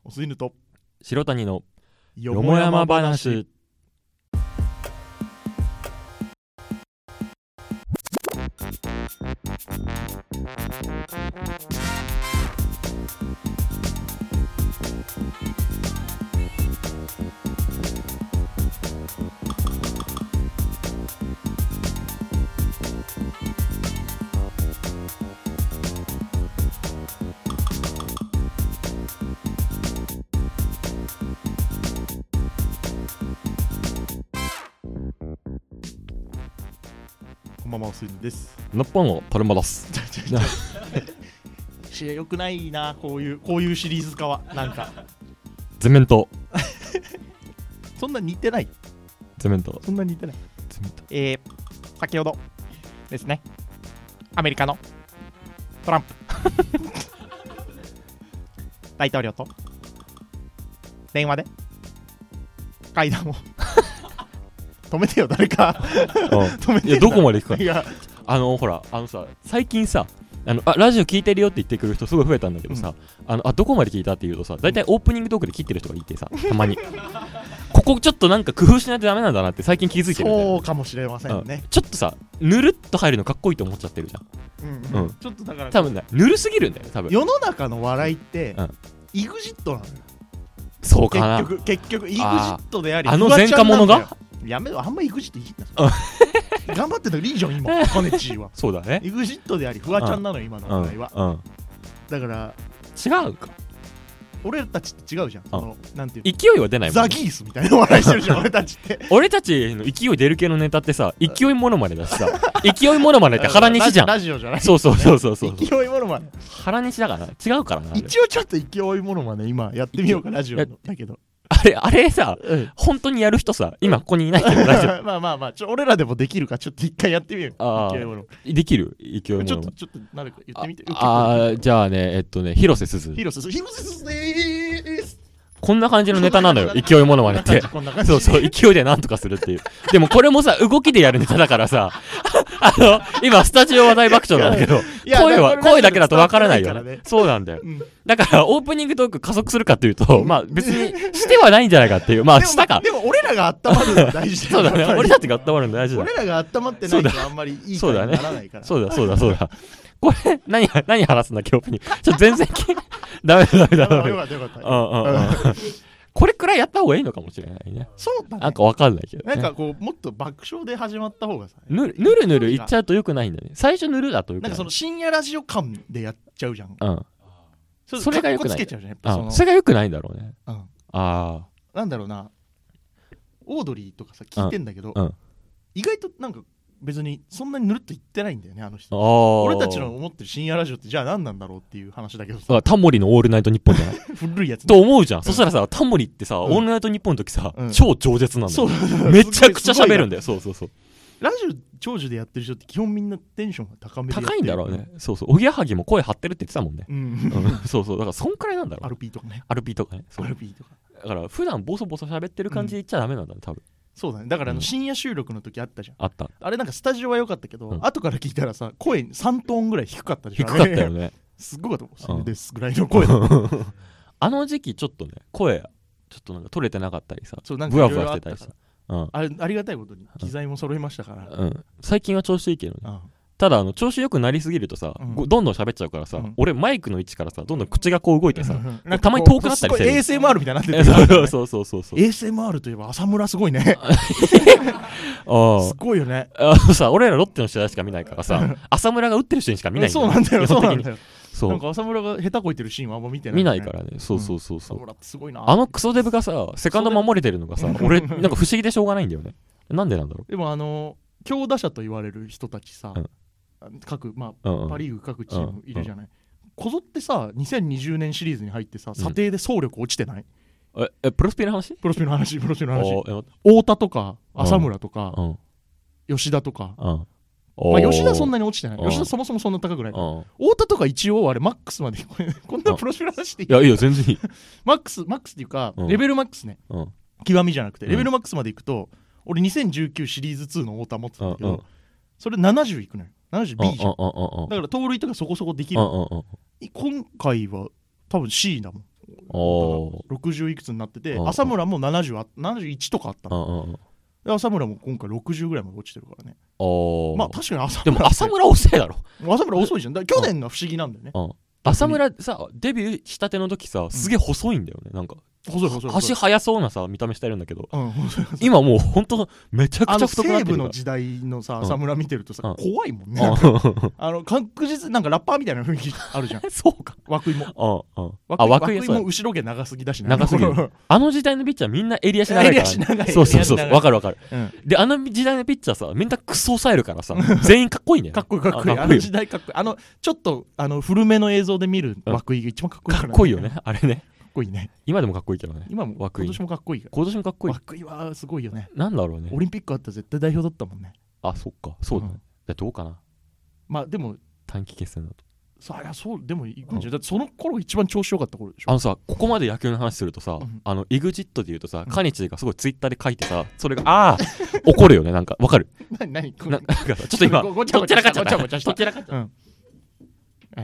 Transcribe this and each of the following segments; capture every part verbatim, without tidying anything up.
おすいぬと白谷のよよもやま話。 こんばんは、おすいぬです。 日本を取り戻す。 しよくないな、こういうこういうシリーズ化は。なんか全面とそんな似てない全面とそんな似てない全面とえー、先ほどですね、アメリカのトランプ大統領と電話で会談を止めてよ、誰か止めてよ。 いや、どこまで行くか。 いや、 あのほら、あのさ、最近さ、あのあラジオ聞いてるよって言ってくる人すごい増えたんだけどさ、うん、あのあどこまで聞いたって言うとさ、大体オープニングトークで切ってる人がいてさ、たまにここちょっとなんか工夫しないとダメなんだなって最近気づいてるんだよ。 そうかもしれませんね、 うん、ちょっとさ、ぬるっと入るのかっこいいと思っちゃってるじゃん。 うん、うん、ちょっとだから多分ね、ぬるすぎるんだよ多分。 世の中の笑いって、うん、イグジットなのよ。 そうかな。 結局結局イグジットであり、 あの前科者がやめろ、あんまイグジットいいんだ頑張ってたらいいじゃん今、カネチーは。そうだね、イグジットでありフワちゃんなのよ、今の笑いは、うんうん、だから違うか、 俺たちって違うじゃん、そのなんていう勢いは出ないもん、ね、 ザギースみたいな笑いしてるじゃん俺たちって俺たちの勢い出る系のネタってさ、勢いモノマネだしさ勢いモノマネって原西じゃん。 ラジオじゃない、 そうそうそうそうそう勢いモノマネ原西だから違うからな。 一応ちょっと勢いモノマネ今やってみようか、ラジオのだけどあれ、あれさ、うん、本当にやる人さ、今ここにいないけど大丈夫。 まあまあまあ、ちょ俺らでもできるか、ちょっと一回やってみよう。 あ勢いものできる勢いもの。 ちょっと、ちょっと、なんか言ってみて。 ああ、じゃあね、えっとね、広瀬すず。 広瀬すず、広瀬すずでーす。 こんな感じのネタなのよ、勢いものまねって。そうそう、勢いでなんとかするっていう。でもこれもさ、動きでやるネタだからさ、あの、今、スタジオ話題爆笑なんだけど、声は、声だけだとわからないよね。そうなんだよ。だから、オープニングトーク加速するかっていうと、まあ別にしてはないんじゃないかっていう。まあしたか。 でも俺らが温まるのが大事だよ。 そうだね、俺たちが温まるの大事だ。 俺らが温まってないとあんまりいい感じにならないから。 そうだ、そうだ、そうだ。これ、何、何話すんだ、今日オープニング。ちょっと全然、ダメだ、ダメだ、ダメだ。 よかった、よかった。 うんうんうん。これくらいやった方がいいのかもしれないね。 そうだね。 なんかわかんないけど、ね。 なんかこう、もっと爆笑で始まった方がさ。 ぬるぬるぬるいっちゃうとよくないんだよね。最初ぬるだとよくない。 なんかその深夜ラジオ感でやっちゃうじゃん。 うん。それがよくない。 つけちゃうじゃん、やっぱその。 それがよくないんだろうね。 うん。 ああ。 なんだろうな。オードリーとかさ、聞いてんだけど、 うん、 意外となんか別にそんなにぬるっと言ってないんだよね、あの人。 あ俺たちの思ってる深夜ラジオってじゃあ何なんだろうっていう話だけどさ。 タモリのオールナイトニッポンじゃない古いやつ、ね、 と思うじゃん、うん、そしたらさ、タモリってさ、 うん、 オールナイトニッポンの時さ、うん、超饒舌なんだよ。 そうめちゃくちゃ喋るんだよ。そうそうそう。 ラジオ長寿でやってる人って基本みんなテンションが高めでやってる。 高いんだろうね。そうそう。おぎやはぎも声張ってるって言ってたもんね。 うんうんうん、そうそう。だからそんくらいなんだろう。 アルピーとかね。 アルピーとかね。 アルピーとか。 だから普段ボソボソ喋ってる感じで言っちゃダメなんだね、多分。 そうだね。だからあの深夜収録の時あったじゃん。 あった。 あれなんかスタジオは良かったけど、うん、後から聞いたらさ、声さんトーンぐらい低かったでしょ。 低かったよね。 すごかったもん。うん、ですぐらいの声だあの時期ちょっとね、声ちょっとなんか取れてなかったりさ、 そうなんかブワブワしてたりさ。 うん、あ, ありがたいことに機材も揃いましたから、 うん、最近は調子いいけどね、 うん、 ただあの調子よくなりすぎるとさ、うん、どんどん喋っちゃうからさ、うん、俺マイクの位置からさどんどん口がこう動いてさ、うん、たまに遠くなったりしてる。 エーエスエムアール みたいになってる。 そうそうそうそう。 エーエスエムアール といえば浅村すごいねあすごいよね。 あのさ、俺らロッテの試合しか見ないからさ浅村が打ってる人にしか見ないんだよ。 そうなんだよ、そうなんだよ。 そうなんか浅村が下手こいてるシーンはあんま見てない、ね、 見ないからね。そうそうそうそう、 浅村ってすごいな。 あのクソデブがさセカンド守れてるのがさ俺なんか不思議でしょうがないんだよね。なんでなんだろう。 でもあの強打者と言われる人たちさ、うん、各まあ、うんうん、パリーグ各チームいるじゃない、うんうん、こぞってさにせんにじゅうねんシリーズに入ってさ、査定で走力落ちてない？ ええプロスピの話？プロスピの話プロスピの話。太田とか浅村とか、うん、吉田とか、うんまあ、吉田そんなに落ちてない。吉田そもそもそんな高くない。太田とか一応あれマックスまでこんなプロスピの話でいい？ いやいいよ全然いい。 マックスマックスっていうか、うん、レベルマックスね、うん、極みじゃなくてレベルマックスまでいくと、俺にせんじゅうきゅうシリーズにの太田持ってたんだけど、うんうん、それななじゅういくのよ。ななじゅうビー じゃん。だから盗塁とかそこそこできる。今回は多分 C だもん。 おろくじゅういくつになってて、浅村もななじゅうあななじゅういちとかあったの。で浅村も今回ろくじゅうぐらいまで落ちてるからね。 おまあ確かに浅村でも浅村遅いだろ。 浅村遅いじゃん。だ去年が不思議なんだよね。 浅村さデビューしたての時さすげえ細いんだよね。なんか細い細い足速そうなさ見た目してるんだけど、 うん、 今もうほんとめちゃくちゃ太くなってるから。 西武の時代のさ浅村見てるとさ、うん、怖いもんね。あの確実なんかラッパーみたいな雰囲気あるじゃん。 そうか。 涌井もああ涌井も後ろ毛長すぎだしな。 長すぎる。あの時代のピッチャーみんな襟足長いから、ね、 襟足長い。 そうそうそうわかるわかる、 うん、 であの時代のピッチャーさみんなクソ抑えるからさ全員かっこいいね。 かっこいいかっこいい。あの時代かっこいい。あのちょっとあの古めの映像で見る涌井が一番かっこいいから、ね、 かっこいいよねあれね。 かっこいいね。 今でもかっこいいけどね。 今も今年もかっこいい。 今年もかっこいい。 涌井はすごいよね。 なんだろうね。 オリンピックあったら絶対代表だったもんね。 あ、そっか。そうだね。うん、どうかな。 まあでも短期決戦だと。 さあそうでもいくんじゃ、うん、だってその頃一番調子良かった頃でしょ。 あのさここまで野球の話するとさ、うん、あの エグジット で言うとさ、カニチがすごいツイッターで書いてさそれがああ怒るよねなんかわかる。 何何なんかさちょっと今どっちらかっちゃったどっちらかっちゃった。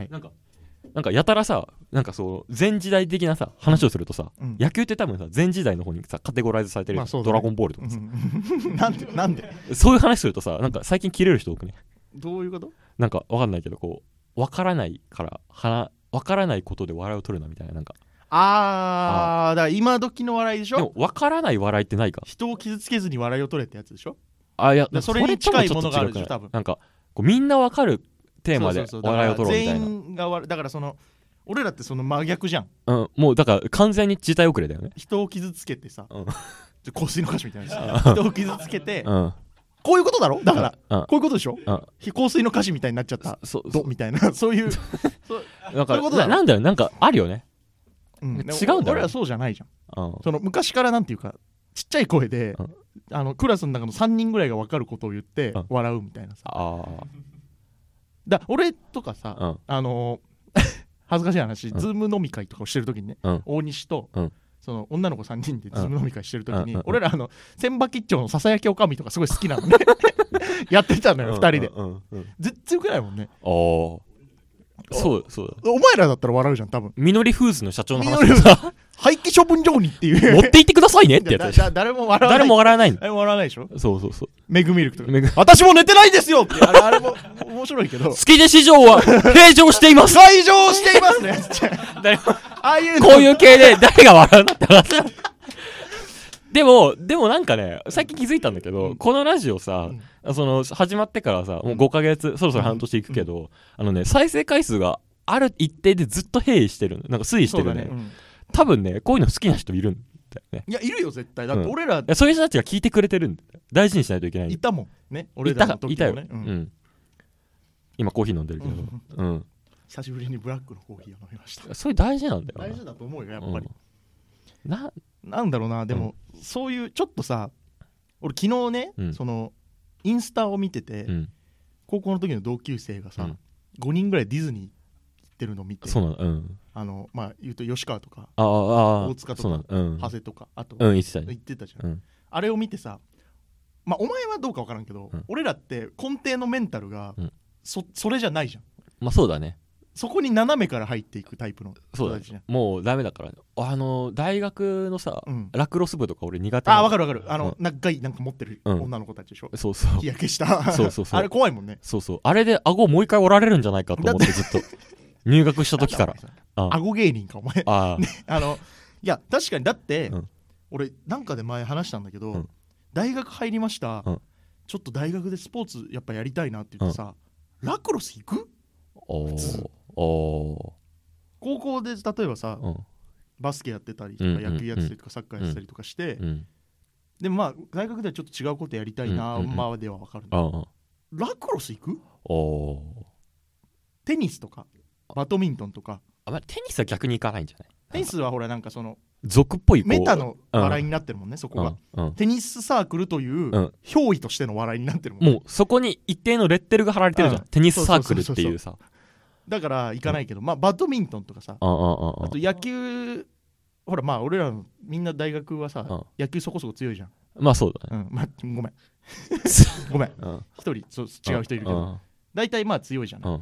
なんかなんかやたらさなんかそう前時代的なさ話をするとさ、うん、野球って多分さ前時代の方にさカテゴライズされてる、まあね、ドラゴンボールとかさ、 うん、なんでなんでそういう話するとさなんか最近キレる人多くね。 どういうこと？ なんかわかんないけどこうわからないからはわからないことで笑いを取るなみたいななんかあーあだから今時の笑いでしょ。 でもわからない笑いってないか。 人を傷つけずに笑いを取れってやつでしょ。 あいやそれに近いものがあるでしょ多分。 なんかこうみんなわかるテーマで笑いを取ろうみたいな。 全員がだからその俺らってその真逆じゃん、 うん、もうだから完全に時代遅れだよね。 人を傷つけてさ、うん、香水の歌詞みたいな人を傷つけて、 うん、 こういうことだろだから、うん、こういうことでしょ、 うん、 香水の歌詞みたいになっちゃったそどみたいなそういうそなんかそういうことだろ。な, なんだよなんかあるよね、 うん、違うんだよ。 俺らそうじゃないじゃん、うん、その昔からなんていうかちっちゃい声で、うん、あのクラスの中のさんにんぐらいが分かることを言って笑うみたいなさ、 あだ俺とかさ、 うん、 あのー恥ずかしい話、うん、ズーム飲み会とかをしてるときにね、うん、大西と、うん、その女の子さんにんでズーム飲み会してるときに、うん、俺らあの千葉吉兆のささやきおかみとかすごい好きなのねやってたのよ、うん、ふたりで、うんうん、絶対よくないもんね。 ああそうそうだ。お前らだったら笑うじゃん多分。 みのりフーズの社長の話さ廃棄処分場にっていう持って行ってくださいねってやつだだ誰も笑わない。 誰も笑わないの。 誰も笑わないでしょ。 そうそうそう。 メグミルクとか私も寝てないですよってあれあれも面白いけど好きで市場は平常しています平常していますね誰もああいうこういう系で誰が笑うんだって話でもでもなんかね最近気づいたんだけど、うん、このラジオさ、うん、その始まってからさもうごかげつ、うん、そろそろ半年いくけど、うん、あのね再生回数がある一定でずっと変異してるなんか推移してるね、うん、多分ねこういうの好きな人いるんだよね。 いやいるよ絶対だって俺ら、うん、 いやそういう人たちが聞いてくれてるんだよ。大事にしないといけない。 いたもんね俺らの時もね。 いたよ、うんうん、今コーヒー飲んでるけど、うんうん、 久しぶりにブラックのコーヒーを飲みました。 それ大事なんだよな。 大事だと思うよやっぱり、 うん、な, なんだろうなでも、うん、そういうちょっとさ俺昨日ね、うん、そのインスタを見てて、うん、高校の時の同級生がさ、うん、ごにんぐらいディズニー行ってるのを見て、 そうなの、うん、 あのまあ言うと吉川とかああ大塚とか、うん、長谷とかあと、 うん、言ってた、 言ってたじゃん、うん、あれを見てさまあお前はどうか分からんけど、うん、俺らって根底のメンタルが、うん、そ, それじゃないじゃん。 まあそうだね。 そこに斜めから入っていくタイプの人たちじゃん。もうダメだから、ね、あの大学のさ、うん、ラクロス部とか俺苦手な。あ分かる分かるあの、うん、長いなんか持ってる女の子たちでしょ、 うん、そうそう日焼けしたそうそうそうあれ怖いもんね。 そうそうあれで顎もう一回折られるんじゃないかと思ってずっと入学した時から顎芸人かお前あ、 ね、あのいや確かにだって、うん、俺なんかで前話したんだけど、うん、大学入りました、うん、ちょっと大学でスポーツやっぱやりたいなって言ってさ、うん、ラクロス行く？ おお高校で例えばさ、うん、バスケやってたりとか、うん、野球やってたりとか、うん、サッカーやってたりとかして、うん、でもまあ大学ではちょっと違うことやりたいな、うん、までは分かるんだ、うん、ラクロス行く？おテニスとかバドミントンとか。 あ、まあ、テニスは逆に行かないんじゃない？ テニスはほらなんかその俗っぽいメタの笑いになってるもんね、うん、そこが、うんうん、テニスサークルという憑依としての笑いになってるもんね。 もうそこに一定のレッテルが貼られてるじゃん、うん、テニスサークルっていうさ。 だから行かないけど、うん、まあバドミントンとかさ、 あ, あ, あ, あと野球ほらまあ俺らのみんな大学はさ、うん、野球そこそこ強いじゃん。 まあそうだね、 うんまあ、ごめんごめん一、うん、人そう違う人いるけど、うん、大体まあ強いじゃない、うん、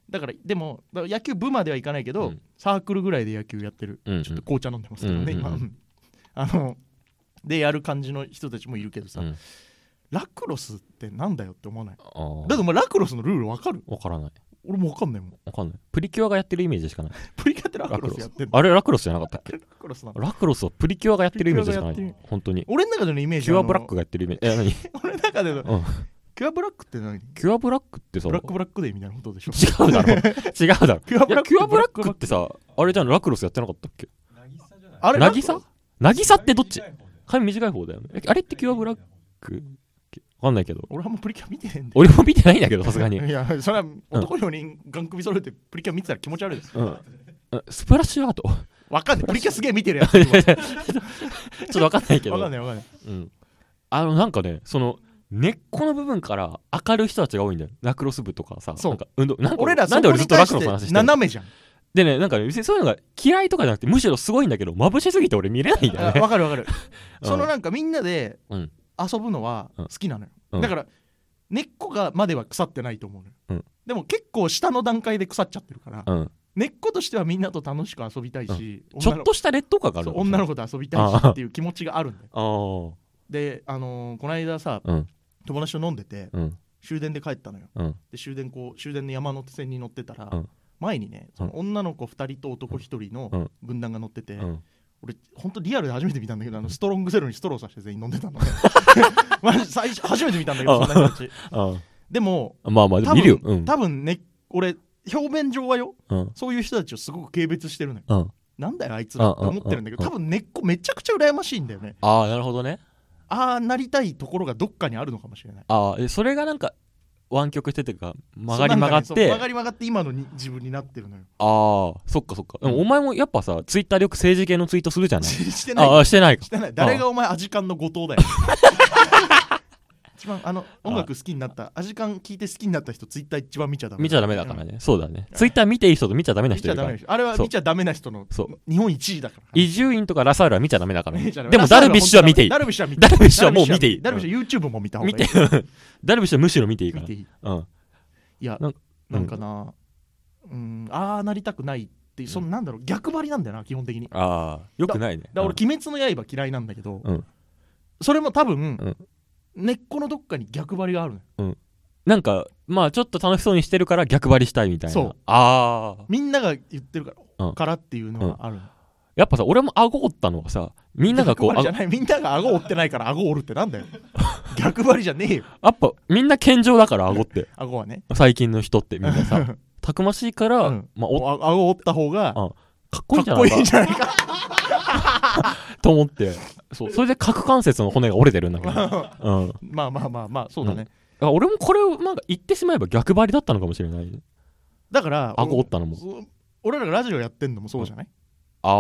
だからでもだから野球部まではいかないけど、うん、サークルぐらいで野球やってる、うんうん、ちょっと紅茶飲んでますけどね、うんうん、今あのでやる感じの人たちもいるけどさ、うん、ラクロスってなんだよって思わない？あだってお前ラクロスのルール分かる？ 分からない。 俺も分かんないもん。 分かんない。プリキュアがやってるイメージしかない。 プリキュアってラクロスやってるの？ あれラクロスじゃなかったっけ？ラクロスなの？ ラクロスはプリキュアがやってるイメージしかない本当に。 俺の中でのイメージキュアブラックがやってるイメージ。え何俺の中での、うん、キュアブラックって何？ キュアブラックってさブラックブラックデーみたいなことでしょ？ 違うだろ違うだろキュアブラックキュアブラックってさあれじゃんラクロスやってなかったっけ？あれ渚？渚ってどっち？髪短い方だよね。あれってキュアブラックわかんないけど俺はもうプリキュア見てねえんだよ。 俺も見てないんだけどさすがにいやそれは男よにんガン首揃えてプリキュア見てたら気持ち悪いです、うん、 スプラッシュアートわかんない。プリキュアすげえ見てるやつちょっとわかんないけどわかんないわかんない、 うん、あのなんかねその根っこの部分から明るい人たちが多いんだよ。ラクロス部とかさそうなんか運動なんか俺らなんで俺ずっとラクロスの話してるの？ 斜めじゃん。 でねなんかね別にそういうのが嫌いとかじゃなくてむしろすごいんだけど眩しすぎて俺見れないんだよね。 わかるわかる、うん、そのなんかみんなで遊ぶのは好きなのよ、うん、だから根っこがまでは腐ってないと思うのよ、うん、でも結構下の段階で腐っちゃってるから、うん、根っことしてはみんなと楽しく遊びたいし、うん、 ちょっとした劣等感がある。 女の子と遊びたいしっていう気持ちがあるんだよ。で、あのー、この間さ、うん、友達と飲んでて、うん、終電で帰ったのよ、うん、で終電こう終電の山手線に乗ってたら、うん、前にねその女の子ふたりと男ひとりの軍団が乗ってて、うん、俺ほんとリアルで初めて見たんだけどあのストロングゼロにストローさして全員飲んでたのねマジ最初初めて見たんだけどそんな人たちでもまあまあでも見るよ、うん、 多分ね俺表面上はよ、うん、そういう人たちをすごく軽蔑してるのよ、うん、なんだよあいつらって思ってるんだけど多分根っこめちゃくちゃ羨ましいんだよね。 ああなるほどね。 ああなりたいところがどっかにあるのかもしれない。 ああそれがなんか湾曲しててか曲がり曲がって、ね、 曲がり曲がって今のに自分になってるのよ。 ああそっかそっか、うん、でもお前もやっぱさツイッターでよく政治系のツイートするじゃない。 してないああしてないかしてない。誰がお前アジカンの後藤だよ一番あの音楽好きになったアジカン聞いて好きになった人ツイッター一番見ちゃダメ見ちゃダメだからね、うん、そうだねツイッター見ていい人と見ちゃダメな人いるからあれは見ちゃダメな人の日本一位だから伊集院とかラサールは見ちゃダメだから、ね、でもダルビッシュは見ていい。ダルビッシュは見ていい。ダルビッシュはもう見ていい。 ダルビッシュ YouTube も見た方がいい。 見てダルビッシュはむしろ見ていいから。見ていい、うん、 いやなんか、なんかな、うん、ああなりたくないってそのなんだろう逆張りなんだよな基本的に。 ああよくないね。 だ, だ俺鬼滅の刃嫌いなんだけど、うん、それも多分、うん根っこのどっかに逆張りがあるのよ、うん、 なんかまあちょっと楽しそうにしてるから逆張りしたいみたいな。 そうあみんなが言ってるから、うん、からっていうのがあるの、うん、 やっぱさ俺も顎折ったのはさみんながこう逆張りじゃないみんなが顎折ってないから顎折るってなんだよ逆張りじゃねえよ。 やっぱみんな健常だから顎って顎はね最近の人ってみんなさたくましいから、うんまあ、顎折った方が、うん、 かっこいいんじゃないか、かっこいいんじゃないかと思ってそうそれで角関節の骨が折れてるんだけど、うん、 まあまあまあまあそうだね、 うん、俺もこれをなんか言ってしまえば逆張りだったのかもしれない。 だから顎折ったのも俺らがラジオやってんのもそうじゃない、うん、 ああ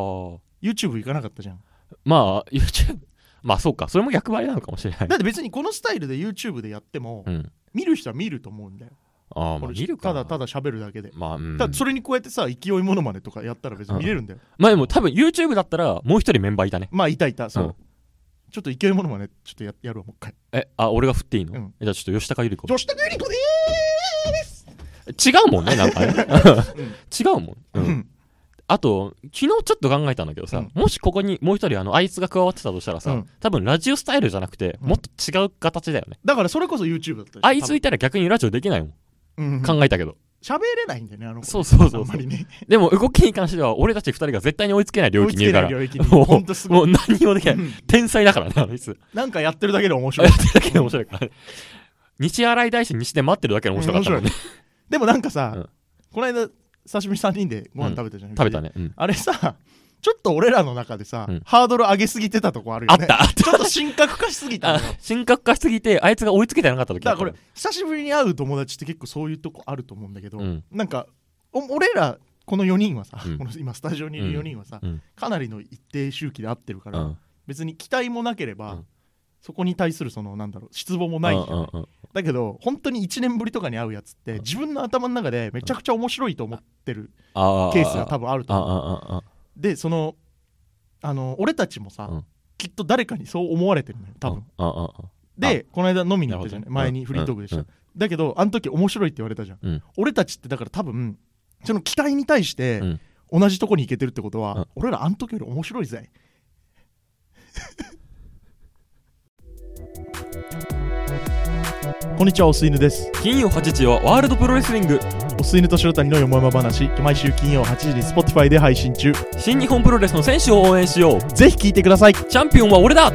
YouTube 行かなかったじゃん。 まあ YouTube まあそうかそれも逆張りなのかもしれない。 だって別にこのスタイルで YouTube でやっても、うん、見る人は見ると思うんだよ。 あまあ、見るかただただ喋るだけで、 まあうん、 ただそれに加えてさ勢いものまねとかやったら別に見れるんだよ、うん、 まあでも多分 YouTube だったらもう一人メンバーいたね。 まあいたいたそう、うん、ちょっと勢いものまねちょっと や, やるわもう一回。 えあ俺が振っていいの、うん、じゃあちょっと吉高由里子吉高由里子でーす。違うもんねなんかね、うん、違うもん、うんうん、あと昨日ちょっと考えたんだけどさ、うん、もしここにもう一人あのあいつが加わってたとしたらさ、うん、多分ラジオスタイルじゃなくて、うん、もっと違う形だよね。 だからそれこそ YouTube だったあいついたら逆にラジオできないもん、うん、考えたけど喋れないんだよねあの子。 そうそうそうそう、ね、でも動きに関しては俺たちふたりが絶対に追いつけない領域にいるからもう、もう何もできない、うん、天才だからねあいつ。 なんかやってるだけで面白いやってるだけで面白いから、ね、西新井大師西で待ってるだけで面白かったもんね、うん、 でもなんかさ、うん、この間久しぶりにさんにんでご飯食べたじゃん、うん、 食べたね、うん、 あれさちょっと俺らの中でさ、うん、ハードル上げすぎてたとこあるよね。 あったあったちょっと神格化しすぎたのよ神格化しすぎてあいつが追いつけてなかった時だからこれ久しぶりに会う友達って結構そういうとこあると思うんだけど、うん、なんか俺らこのよにんはさ、うん、この今スタジオにいるよにんはさ、うん、かなりの一定周期で会ってるから、うん、別に期待もなければ、うん、そこに対するそのなんだろう失望もないじゃん、うんうん、だけど本当にいちねんぶりとかに会うやつって、うん、自分の頭の中でめちゃくちゃ面白いと思ってるケースが多分あると思う。でそのあの俺たちもさ、うん、きっと誰かにそう思われてるのよ多分。でこの間飲みに行ったじゃない前にフリートークでした、うんうん、 だけどあの時面白いって言われたじゃん、うん、俺たちってだから多分その期待に対して同じとこに行けてるってことは、うん、俺らあの時より面白いぜこんにちは、おす犬です。 金曜はちじはワールドプロレスリング、 おす犬と白谷のよもやま話、毎週金曜はちじに Spotify で配信中。 新日本プロレスの選手を応援しよう。 ぜひ聞いてください。 チャンピオンは俺だ。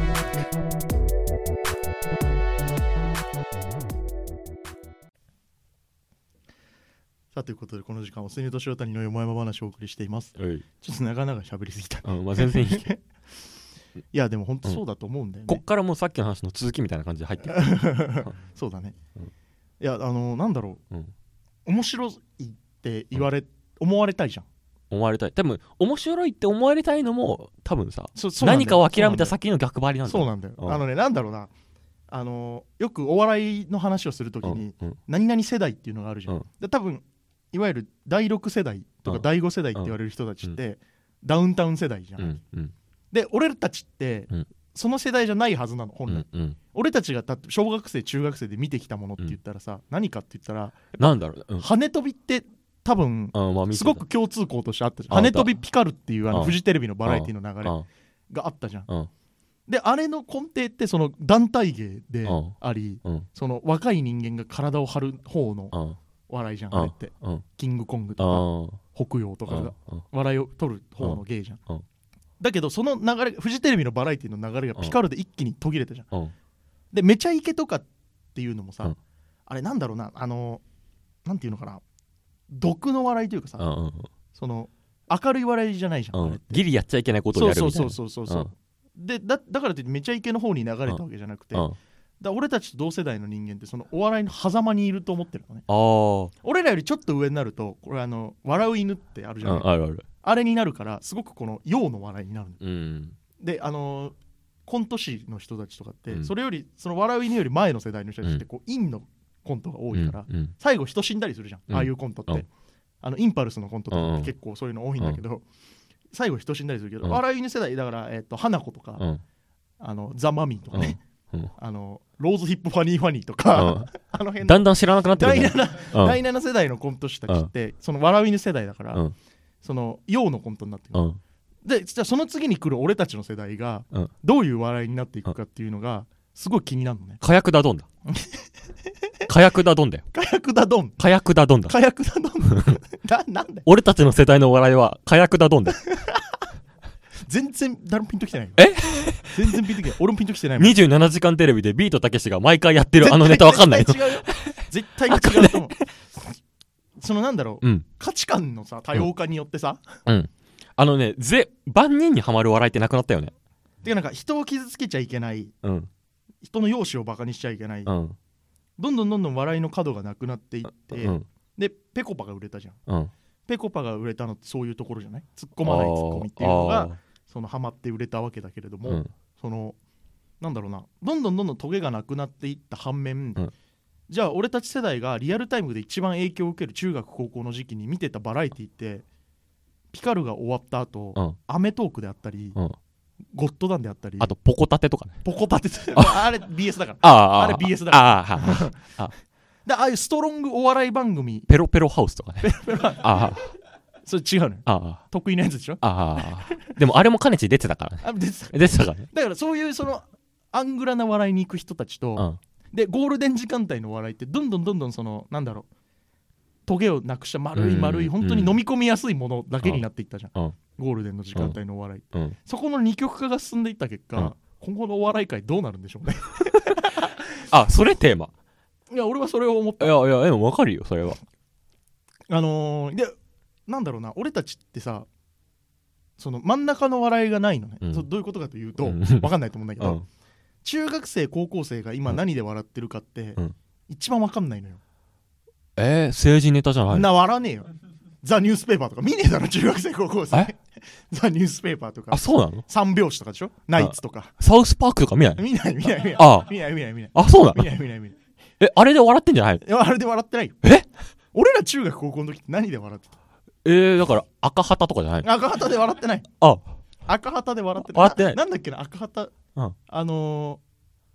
さあということで、この時間おす犬と白谷のよもやま話をお送りしています。ちょっと長々喋りすぎた、 うんまあ、全然いいいやでも本当そうだと思うんだよね、 うん、こっからもうさっきの話の続きみたいな感じで入ってるそうだね、うん、いやあのなんだろう、うん、面白いって言われ、うん、思われたいじゃん。 思われたい。多分面白いって思われたいのも多分さ、何かを諦めた先の逆張りなんだよ。 そうなんだよ、うん、あのねなんだろうな、あのよくお笑いの話をするときに、うんうん、何々世代っていうのがあるじゃん、うん、で多分いわゆるだいろく世代とかだいご世代って言われる人たちって、うん、ダウンタウン世代じゃん、うんうんで俺たちって、うん、その世代じゃないはずなの本来、うんうん、俺たちがた小学生中学生で見てきたものって言ったらさ、うん、何かって言ったらなんだろう、うん、 羽飛びって多分、まあ、すごく共通項としてあったじゃん。羽飛びピカルっていうあのフジテレビのバラエティの流れがあったじゃん、うん、であれの根底ってその団体芸であり、うん、その若い人間が体を張る方の笑いじゃん、あれって、うん、キングコングとか北洋とかが笑いを取る方の芸じゃん、うんだけどその流れフジテレビのバラエティの流れがピカルで一気に途切れたじゃん、うん、でめちゃイケとかっていうのもさ、うん、あれなんだろうな、あのなんていうのかな、毒の笑いというかさ、うんうん、その明るい笑いじゃないじゃん、うん、 ギリやっちゃいけないことをやるみたいな。 そうそうそうそうそう、うん、で だ, だからってめちゃイケの方に流れたわけじゃなくて、うん、だ俺たちと同世代の人間ってそのお笑いの狭間にいると思ってるのね。あ俺らよりちょっと上になるとこれあの笑う犬ってあるじゃない、うん、あるあるあれになるからすごくこの陽の笑いになる、うん、であのー、コント師の人たちとかって、うん、それよりその笑う犬より前の世代の人たちってこう、うん、陰のコントが多いから、うん、最後人死んだりするじゃん、うん、ああいうコントって、うん、あのインパルスのコントとかって結構そういうの多いんだけど、うん、最後人死んだりするけど、うん、笑う犬世代だから、えー、と花子とか、うん、あのザ・マミーとかね、うん、あのローズヒップファニーファニーとか、うん、あの辺だんだん知らなくなってくる、ね、 だいなな世代のコント師たちって、うん、その笑う犬世代だから、うんその陽のコントになってくる、うん、でじゃあその次に来る俺たちの世代がどういう笑いになっていくかっていうのがすごい気になるのね。 火薬だドンだ火薬だドンだよ。 火薬だドン火薬だドンだ火薬だドンな, なんだよ俺たちの世代の笑いは火薬だドンだよ全然誰もピンときてないよ。 え全然ピンときてない。俺もピンときてないもん。 にじゅうななじかんテレビでビートたけしが毎回やってるあのネタわかんないの。 絶対違うよ。絶対に違うと思うそのなんだろう、うん、価値観のさ多様化によってさ、 うん、あのねぜ万人にはまる笑いってなくなったよね。 てかなんか人を傷つけちゃいけない、うん、人の容姿をバカにしちゃいけない、うん、どんどんどんどん笑いの角がなくなっていって、うん、でペコパが売れたじゃん、うん、ペコパが売れたのってそういうところじゃない、突っ込まないツッコミっていうのがそのハマって売れたわけだけれども、うん、そのなんだろうな、どんどんどんどんトゲがなくなっていった反面、うんじゃあ俺たち世代がリアルタイムで一番影響を受ける中学高校の時期に見てたバラエティってピカルが終わった後、うん、アメトークであったり、うん、ゴッドダンであったり、 あとポコタテとかね。 ポコタテあれ ビーエス だからあ, あれ ビーエス だからあああでああいうストロングお笑い番組ペロペロハウスとかねペロペロあそれ違うのよ。あ得意なやつでしょ。 あでもあれもかねち出てたからね。あ出てた出てたからね。 だからそういうそのアングラな笑いに行く人たちと、うんでゴールデン時間帯の笑いってどんどんどんどんそのなんだろうトゲをなくした丸い丸い本当に飲み込みやすいものだけになっていったじゃん、うん、ゴールデンの時間帯のお笑い、うん、そこの二極化が進んでいった結果、うん、今後のお笑い界どうなるんでしょうねあそれテーマ。 いや俺はそれを思った。 いやいやでも分かるよそれは。 あのー、でなんだろうな、俺たちってさその真ん中の笑いがないのね、うん、どういうことかというと、うん、分かんないと思うんだけど、うん中学生高校生が今何で笑ってるかって、うん、一番わかんないのよ。 えー、政治ネタじゃないな、笑わねえよ。ザ・ニュースペーパーとか見ねえだろ中学生高校生ザ・ニュースペーパーとか。 あそうなの。 三拍子とかでしょ、ナイツとかサウスパークとか見ない見ない見ない見ないあ見ない見ない見ないあそうなの見ない見ない見ないえあれで笑ってんじゃない。 あれで笑ってないよ。 え俺ら中学高校の時って何で笑ってた。 えー、だから赤旗とかじゃない。 赤旗で笑ってない。 あ赤旗で笑ってない。 笑ってない。 な、なんだっけな赤旗、うん、あのー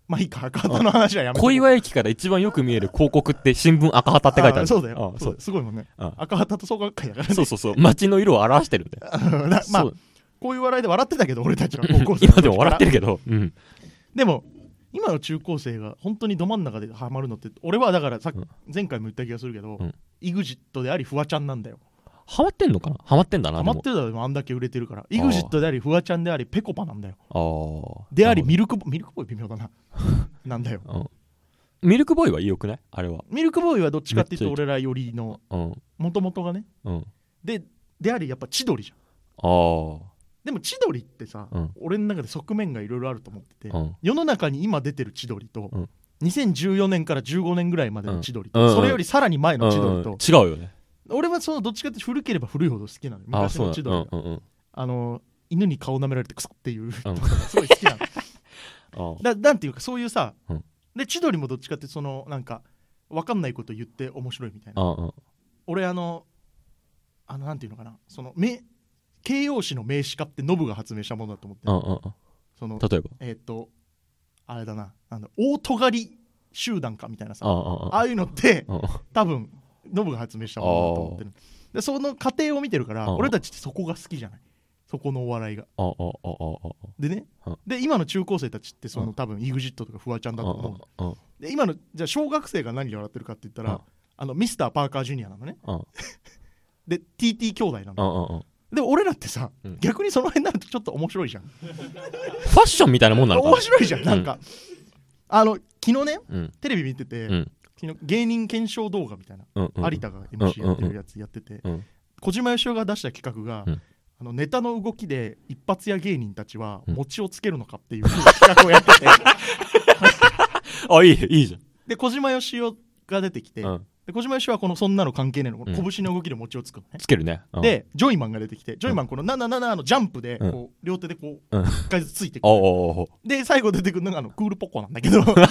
まあいいか、赤旗の話はやめて。 小岩駅から一番よく見える広告って新聞赤旗って書いてある。 そうだよ。そうすごいもんね。赤旗と創価学会だからね。 そうそうそう、街の色を表してるんだよ。 まあこういう笑いで笑ってたけど俺たちは高校生今でも笑ってるけど、うん、 でも今の中高生が本当にど真ん中でハマるのって、俺はだからさ、うん、前回も言った気がするけど、うん、イグジット でありフワちゃんなんだよ。 ハマってんのかな。ハマってんだな。 ハマってるだろ。でもあんだけ売れてるから。イグジット でありフワちゃんでありペコパなんだよ。あでありミルクボミルクボーイ微妙だななんだよ、 うん、ミルクボーイはいいよくないあれは。 ミルクボーイはどっちかっていうと俺らよりのもともとがね、うん、ででありやっぱ千鳥じゃん。あでも千鳥ってさ、うん、俺の中で側面がいろいろあると思ってて、うん、世の中に今出てる千鳥と、うん、にせんじゅうよねんからじゅうごねんぐらいまでの千鳥と、うん、それよりさらに前の千鳥と、 うんうん、違うよね。 俺はそのどっちかって古ければ古いほど好きなのよ。昔の千鳥が、うんうんうん、あの犬に顔舐められてクソっていう人がすごい好きなのだなんていうかそういうさ、うん、で千鳥もどっちかってそのなんか分かんないこと言って面白いみたいな、うんうん、俺あのあのなんていうのかな、その名形容詞の名詞化ってノブが発明したものだと思ってる、うんうんうん、その例えばえっ、ー、とあれだな、なんだ大尖り集団かみたいなさ、あ, あ, ああいうのって多分ノブが発明したものだと思ってる。でその過程を見てるから俺たちってそこが好きじゃない、そこのお笑いが。でね、で今の中高生たちってその多分 イグジット とかフワちゃんだと思う。で今のじゃあ小学生が何で笑ってるかって言ったら、あのミスターパーカージュニアなのねで ティーティー 兄弟なの。で俺らってさ、うん、逆にその辺になるとちょっと面白いじゃんファッションみたいなもんなのか。 面白いじゃん、なんか、うん、あの昨日ね、うん、テレビ見てて、うん、昨日芸人検証動画みたいな、うんうん、有田が エムシー やってるやつやってて、うんうん、小島よしおが出した企画が、うん、あのネタの動きで一発屋芸人たちは餅をつけるのかっていう企画をやっててあ、いいいいじゃん。 で小島よしおが出てきて、うんで小島よしおはこのそんなの関係ねえの、この拳の動きで餅をつくのね、 つけるね、うん、 でジョイマンが出てきて、ジョイマンこのななななのジャンプでこう、うん、両手でこう、うん、一回ずつついてくる、うん、で最後出てくるのがあのクールポコなんだけどそう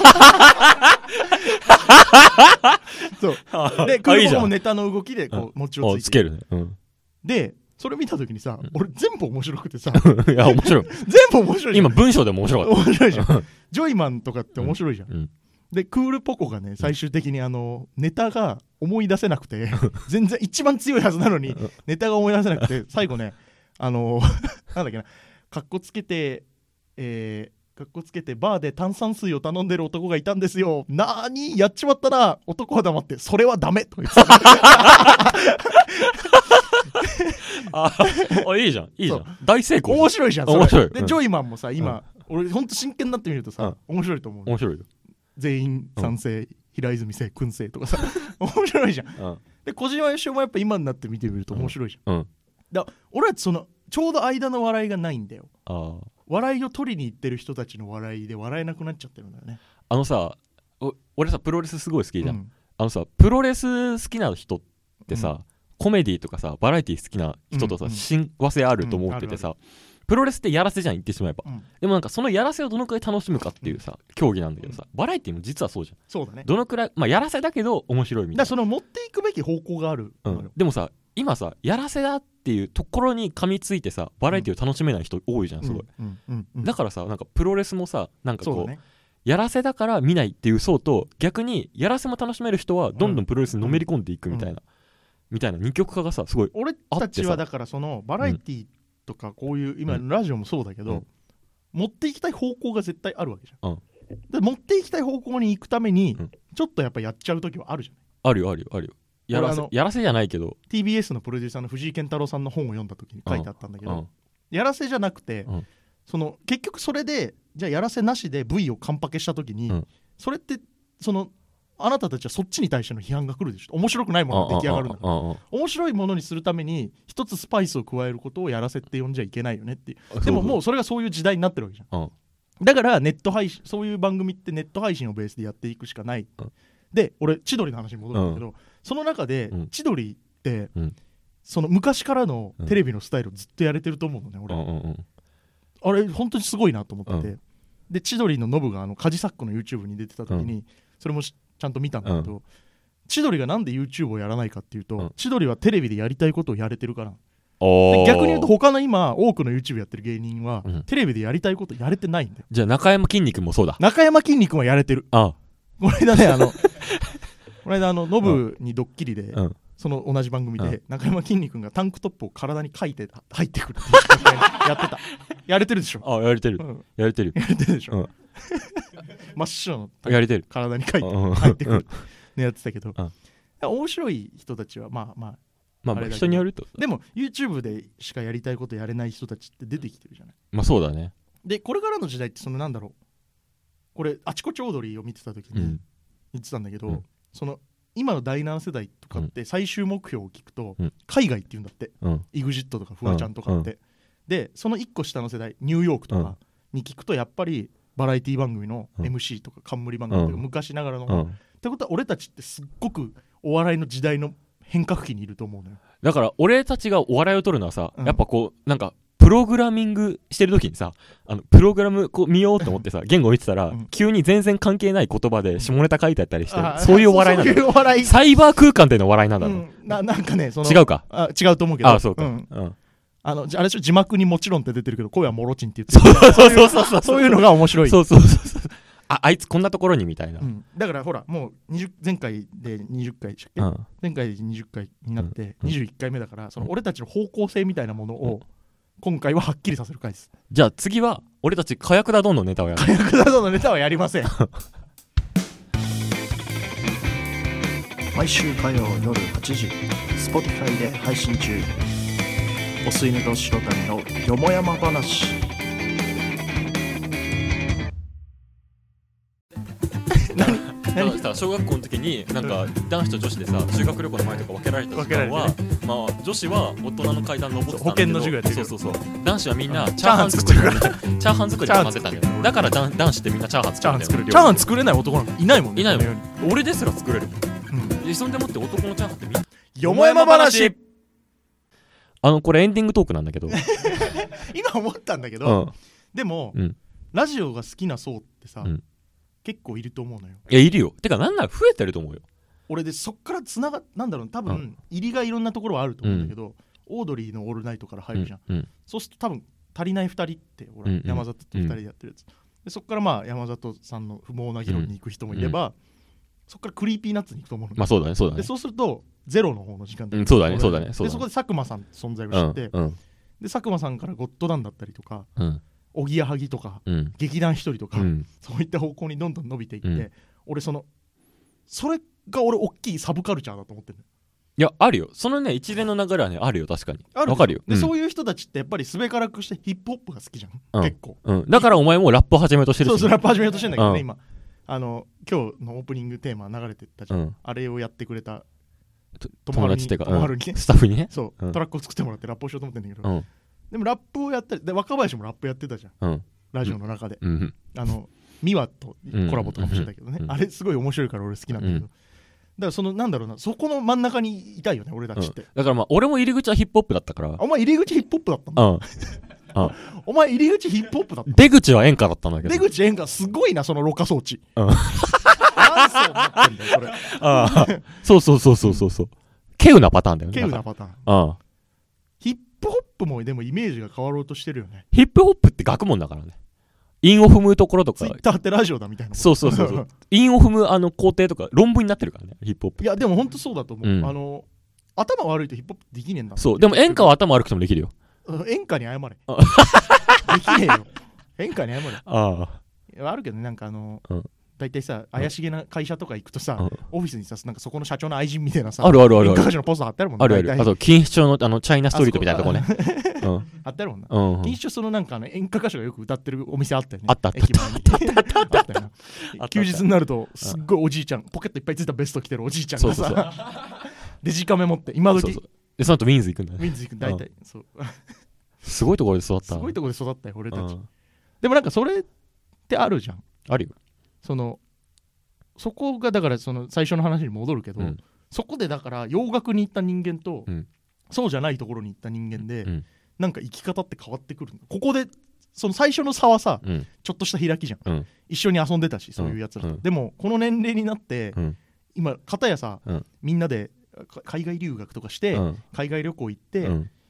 でクールポコもネタの動きでこう餅をついて、うん、 つけるね、うん、 でそれ見た時にさ、俺全部面白くてさいや面白い全部面白い。 今文章でも面白かった。 面白いじゃんジョイマンとかって面白いじゃん、うんうんでクールポコがね最終的にあのネタが思い出せなくて全然一番強いはずなのにネタが思い出せなくて最後ねあのなんだっけな、かっこつけてえー、かっこつけてバーで炭酸水を頼んでる男がいたんですよ、なーにやっちまったな、男は黙ってそれはダメとか言ってたあいいじゃんいいじゃん、大成功。 面白いじゃんそれ。 面白い。 で、うん、ジョイマンもさ今、うん、俺ほんと真剣になってみるとさ、うん、面白いと思う。 面白いよ。 全員賛成、うん、平泉成君成とかさ面白いじゃん、うん、で小島よしおもやっぱ今になって見てみると面白いじゃん、うん、だ俺はそのちょうど間の笑いがないんだよ。あ笑いを取りに行ってる人たちの笑いで笑えなくなっちゃってるんだよね。 あのさ俺さプロレスすごい好きじゃん、うん、あのさプロレス好きな人ってさ、うん、コメディとかさバラエティ好きな人とさ、うんうん、親和性あると思っててさ、うん、あるあるプロレスってやらせじゃん言ってしまえば、うん、でもなんかそのやらせをどのくらい楽しむかっていうさ、うん、競技なんだけどさ、バラエティも実はそうじゃん。 そうだね。 どのくらいまあやらせだけど面白いみたいな。 だからその持っていくべき方向がある、 うん、でもさ今さやらせだっていうところに噛みついてさバラエティを楽しめない人多いじゃんすごい、うんうんうんうん、だからさなんかプロレスもさなんかこう、ね、やらせだから見ないっていう層と逆にやらせも楽しめる人はどんどんプロレスにのめり込んでいくみたいな、うんうん、みたいな二極化がさすごい俺たちはだからそのバラエティとかこういう今のラジオもそうだけど、うん、持っていきたい方向が絶対あるわけじゃん、うん、で持っていきたい方向に行くために、うん、ちょっとやっぱやっちゃう時はあるじゃない。 あるよあるよあるよ。やらせやらせじゃないけどティービーエス のプロデューサーの藤井健太郎さんの本を読んだ時に書いてあったんだけど、うん、やらせじゃなくて、うん、その結局それでじゃあやらせなしで V をカンパケした時に、うん、それってそのあなたたちはそっちに対しての批判が来るでしょ。面白くないものが出来上がるんだから、面白いものにするために一つスパイスを加えることをやらせって呼んじゃいけないよねっていう。でももうそれがそういう時代になってるわけじゃん、うん、だからネット配信そういう番組ってネット配信をベースでやっていくしかない、うん、で俺千鳥の話に戻るんだけど、うん、その中で、うん、千鳥って、うん、その昔からのテレビのスタイルをずっとやれてると思うのね俺、うんうんうん、あれ本当にすごいなと思ってて、うん、で千鳥のノブがあのカジサックの YouTube に出てた時に、うん、それもちゃんと見たんだけど、うん、千鳥がなんで YouTube をやらないかっていうと、うん、千鳥はテレビでやりたいことをやれてるから。 で逆に言うと他の今多くの YouTube やってる芸人は、うん、テレビでやりたいことやれてないんだよ。 じゃあ中山きんに君もそうだ。 中山きんに君はやれてる。 ああこの間ねあのこの間あのノブにドッキリで、うん、その同じ番組で、うん、中山きんに君がタンクトップを体に書いて入ってくるってやってた。やれてるでしょ。 あやれてる、うん、やれてるやれてるでしょ、うん、真っ白のやれてる体に書いて入ってくるのやってたけど、うん、面白い人たちはまあまあまあ、まあ人によると。 でも YouTube でしかやりたいことやれない人たちって出てきてるじゃない。 まあそうだね。 でこれからの時代ってそのなんだろう、これあちこちオードリーを見てた時に言ってたんだけど、うん、その今のだいなな世代とかって最終目標を聞くと、うん、海外って言うんだって、うん、イグジットとかフワちゃんとかって、うん、でそのいっこ下の世代ニューヨークとかに聞くとやっぱりバラエティ番組の エムシー とか冠番組とか昔ながらの、うん、ってことは俺たちってすっごくお笑いの時代の変革期にいると思うのよ。 だから俺たちがお笑いを取るのはさ、うん、やっぱこうなんかプログラミングしてる時にさ、あのプログラムこう見ようと思ってさ言語を見てたら、うん、急に全然関係ない言葉で下ネタ書いてあったりして、うん、そういうお笑いなんだ。 そういうお笑い、 サイバー空間でのお笑いなんだろう、うん、 な, なんかねその違うかあ違うと思うけど、 あそうか、うんうん、あのあれでしょ字幕にもちろんって出てるけど声はモロチンって言ってる。そうそうそうそうそういうのが面白い。 そうそうそうそうあ, あいつこんなところにみたいな、うん、 だからほらもうにじゅう前回でにじゅっかいでしたっけ、うん、前回でにじゅっかいになってにじゅういっかいめだから、その俺たちの方向性みたいなものを今回ははっきりさせる回です。 じゃあ次は俺たち火薬だどんのネタをやる。 火薬だどんのネタはやりません毎週火曜夜はちじ Spotify で配信中。お吸い寝と白谷のよもやま話。 何さ小学校の時になんか男子と女子でさ修学旅行の前とか分けられた時間は、まあ女子は大人の階段登ってたんだけど、保健の授業やってる。そうそうそう。男子はみんなチャーハン作りチャーハン作りで混ぜたんだよ。だから男子ってみんなチャーハン作るんだよ。チャーハン作れない男なんかいないもんね。いないもん。俺ですら作れるもん。うん。そんでもって男のチャーハンってみんな。よもやま話。 あのこれエンディングトークなんだけど。 今思ったんだけど、でもラジオが好きな層ってさ。結構いると思うのよ。 いやいるよ。てかなんなら増えてると思うよ。 俺でそっからつながなんだろう多分、うん、入りがいろんなところはあると思うんだけど、うん、オードリーのオールナイトから入るじゃん、うんうん、そうすると多分足りないふたりって俺、うんうん、山里とふたりでやってるやつ、うん、でそっからまあ山里さんの不毛な議論に行く人もいれば、うん、そっからクリーピーナッツに行くと思うの。 まあそうだねそうだね。 でそうするとゼロの方の時間で、 うん、そうだねそうだね。でそこで佐久間さん存在を知って、うんうん、で佐久間さんからゴッドダンだったりとか、うんおぎやはぎとか、うん、劇団ひとりとか、うん、そういった方向にどんどん伸びていって、うん、俺そのそれが俺大きいサブカルチャーだと思ってる。 いやあるよそのね一連の流れはねあるよ確かにあるわかるよ。 で、うん、そういう人たちってやっぱりすべからくしてヒップホップが好きじゃん、うん、結構、 うん、だからお前もラップ始めとしてるし、 そうそうラップ始めようとしてんだけどね、うん、今あの今日のオープニングテーマ流れてたじゃん、うん、あれをやってくれた友達っていうか、 友達にね、 スタッフにねそう、うん、トラックを作ってもらってラップをしようと思ってんだけど、うん、でもラップをやったりで若林もラップやってたじゃん、うんラジオの中で、うん、あのミワとコラボとかもしてたけどね、うん、あれすごい面白いから俺好きなんだけど、うん、だからそのなんだろうなそこの真ん中にいたいよね俺たちって、うん、 だからまあ俺も入り口はヒップホップだったから。 お前入り口ヒップホップだったんだ、うんあお前入り口ヒップホップだった。 出口は演歌だったんだけど。 出口演歌すごいなそのろ過装置、うん、何層持ってんだよそれあそうそうそうそうそうそう稀有なパターンだよね。 稀有なパターンあヒップホップもでもイメージが変わろうとしてるよね。 ヒップホップって学問だからね。韻を踏むところとかツイッターってラジオだみたいな。 そうそうそうそう韻を踏むあの工程とか論文になってるからねヒップホップ。 いやでも本当そうだと思う、うん、あの頭悪いとヒップホップできねえんだ。 そうでも演歌は頭悪くてもできるよ。 演歌に謝れできねえよ演歌に謝れ。あああるけどねなんかあの、うんだいたいさ怪しげな会社とか行くとさ、うん、オフィスにさなんかそこの社長の愛人みたいなさあるあるあるある演歌歌手のポスター貼ってあるもんね。 あるあるあと錦糸町 の, あのチャイナストリートみたいなとこねうん、貼ってあるもんな、うんうん、錦糸町そのなんか、ね、演歌歌手がよく歌ってるお店あったよね。 あったあった駅前にあったよな休日になるとすっごいおじいちゃんポケットいっぱいついたベスト着てるおじいちゃんがさそうそうそうデジカメ持って今時そうそうでその後ウィンズ行くんだね。 ウィンズ行く大体、うん、そうすごいところで育った。 すごいところで育ったよ俺たち、うん、でもなんかそれってあるじゃん。 あるよ。 そのそこがだからその最初の話に戻るけど、うん、そこでだから洋楽に行った人間と、うん、そうじゃないところに行った人間で、うん、なんか生き方って変わってくる。ここでその最初の差はさ、うん、ちょっとした開きじゃん、うん、一緒に遊んでたしそういうやつらと、うん、でもこの年齢になって、うん、今片やさ、うん、みんなで海外留学とかして、うん、海外旅行行って、うん、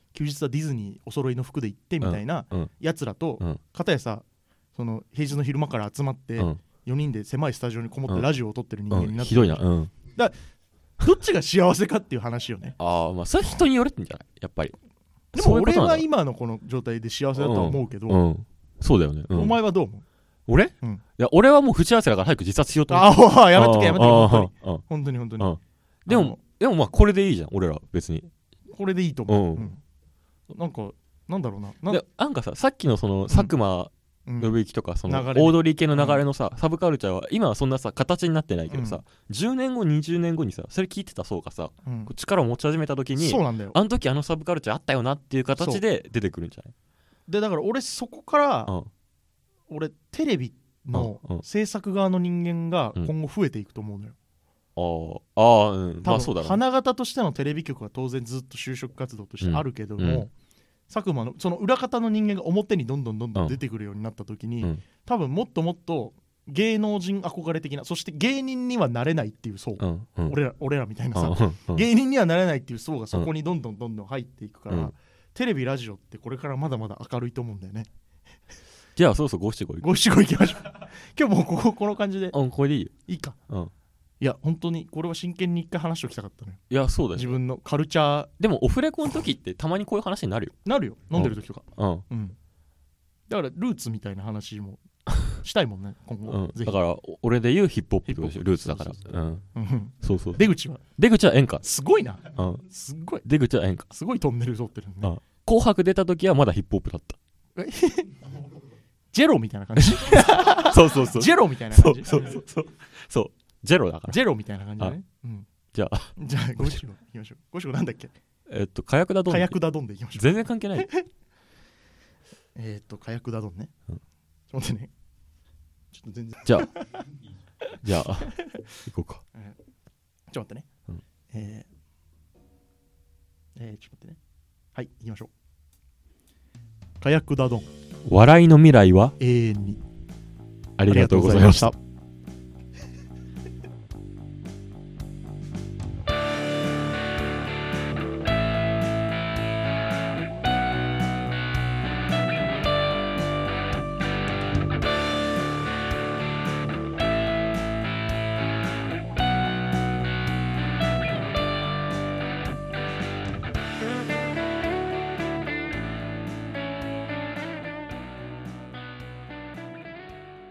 休日はディズニーお揃いの服で行ってみたいなやつらと、うん、片やさその平日の昼間から集まって、うん、よにんで狭いスタジオにこもってラジオを撮ってる人間になってる、 うんうん、ひどいな、うん、 だどっちが幸せかっていう話よね。 ああまあそれは人によるんじゃないやっぱり。 でも俺は今のこの状態で幸せだとは思うけど、うんうん、 そうだよね、 うん、お前はどう思う？ 俺、うん、いや俺はもう不幸せだから早く自殺しようと思って。 ああやめとけやめとけ本当に本当に本当に。 でもでもまあこれでいいじゃん俺ら別に。 これでいいと思う、うんうん、なんかなんだろうな な, なんかささっきのその佐久間信之とかそのオードリー系の流れのさ、うん、サブカルチャーは今はそんなさ形になってないけどさ、うん、じゅうねんごにじゅうねんごにさそれ聞いてた層がさ、うん、力を持ち始めた時にそうなんだよあの時あのサブカルチャーあったよなっていう形で出てくるんじゃない？ でだから俺そこから、うん、俺テレビの制作側の人間が今後増えていくと思うのよ、 ああ、うん、まあそうだろう。 花形としてのテレビ局は当然ずっと就職活動としてあるけども、うん、佐久間のその裏方の人間が表にどんどんどんどん出てくるようになった時に、うん、多分もっともっと芸能人憧れ的なそして芸人にはなれないっていう層、うんうん、俺ら俺らみたいなさ、うんうん、芸人にはなれないっていう層がそこにどんどんどんどん入っていくから、うん、テレビラジオってこれからまだまだ明るいと思うんだよね。 じゃあそろそろご七五ご七五行きましょう今日もうこここの感じで、 うん、これでいいよ。 いいか、うんいや本当にこれは真剣に一回話しておきたかったのよ。 いやそうだよ。 自分のカルチャーでもオフレコの時ってたまにこういう話になるよ。 なるよ飲んでる時とか、うんうん、だからルーツみたいな話もしたいもんね今後、うん、ぜひだから俺で言うヒップホップでしょルーツだからそうそう出口は出口は演歌すごいな、 うん、 すごい出口は演歌すごいトンネル通ってるね、うん、 紅白出た時はまだヒップホップだったジェロみたいな感じそうそうそうジェロみたいな感じそうそうそうそうジェロだからジェロみたいな感じだね、うん、 じゃあじゃあごしごいきましょうごしごなんだっけえっと火薬だどん火薬だどんでいきましょう。 全然関係ないえっと火薬だどんね、うん、ちょっと待ってねちょっと全然じゃあじゃあ行こうか、 えー、ちょっと待ってね、うん、えー、えー、ちょっと待ってねはい行きましょう。火薬だどん笑いの未来は永遠に。 ありがとうございました。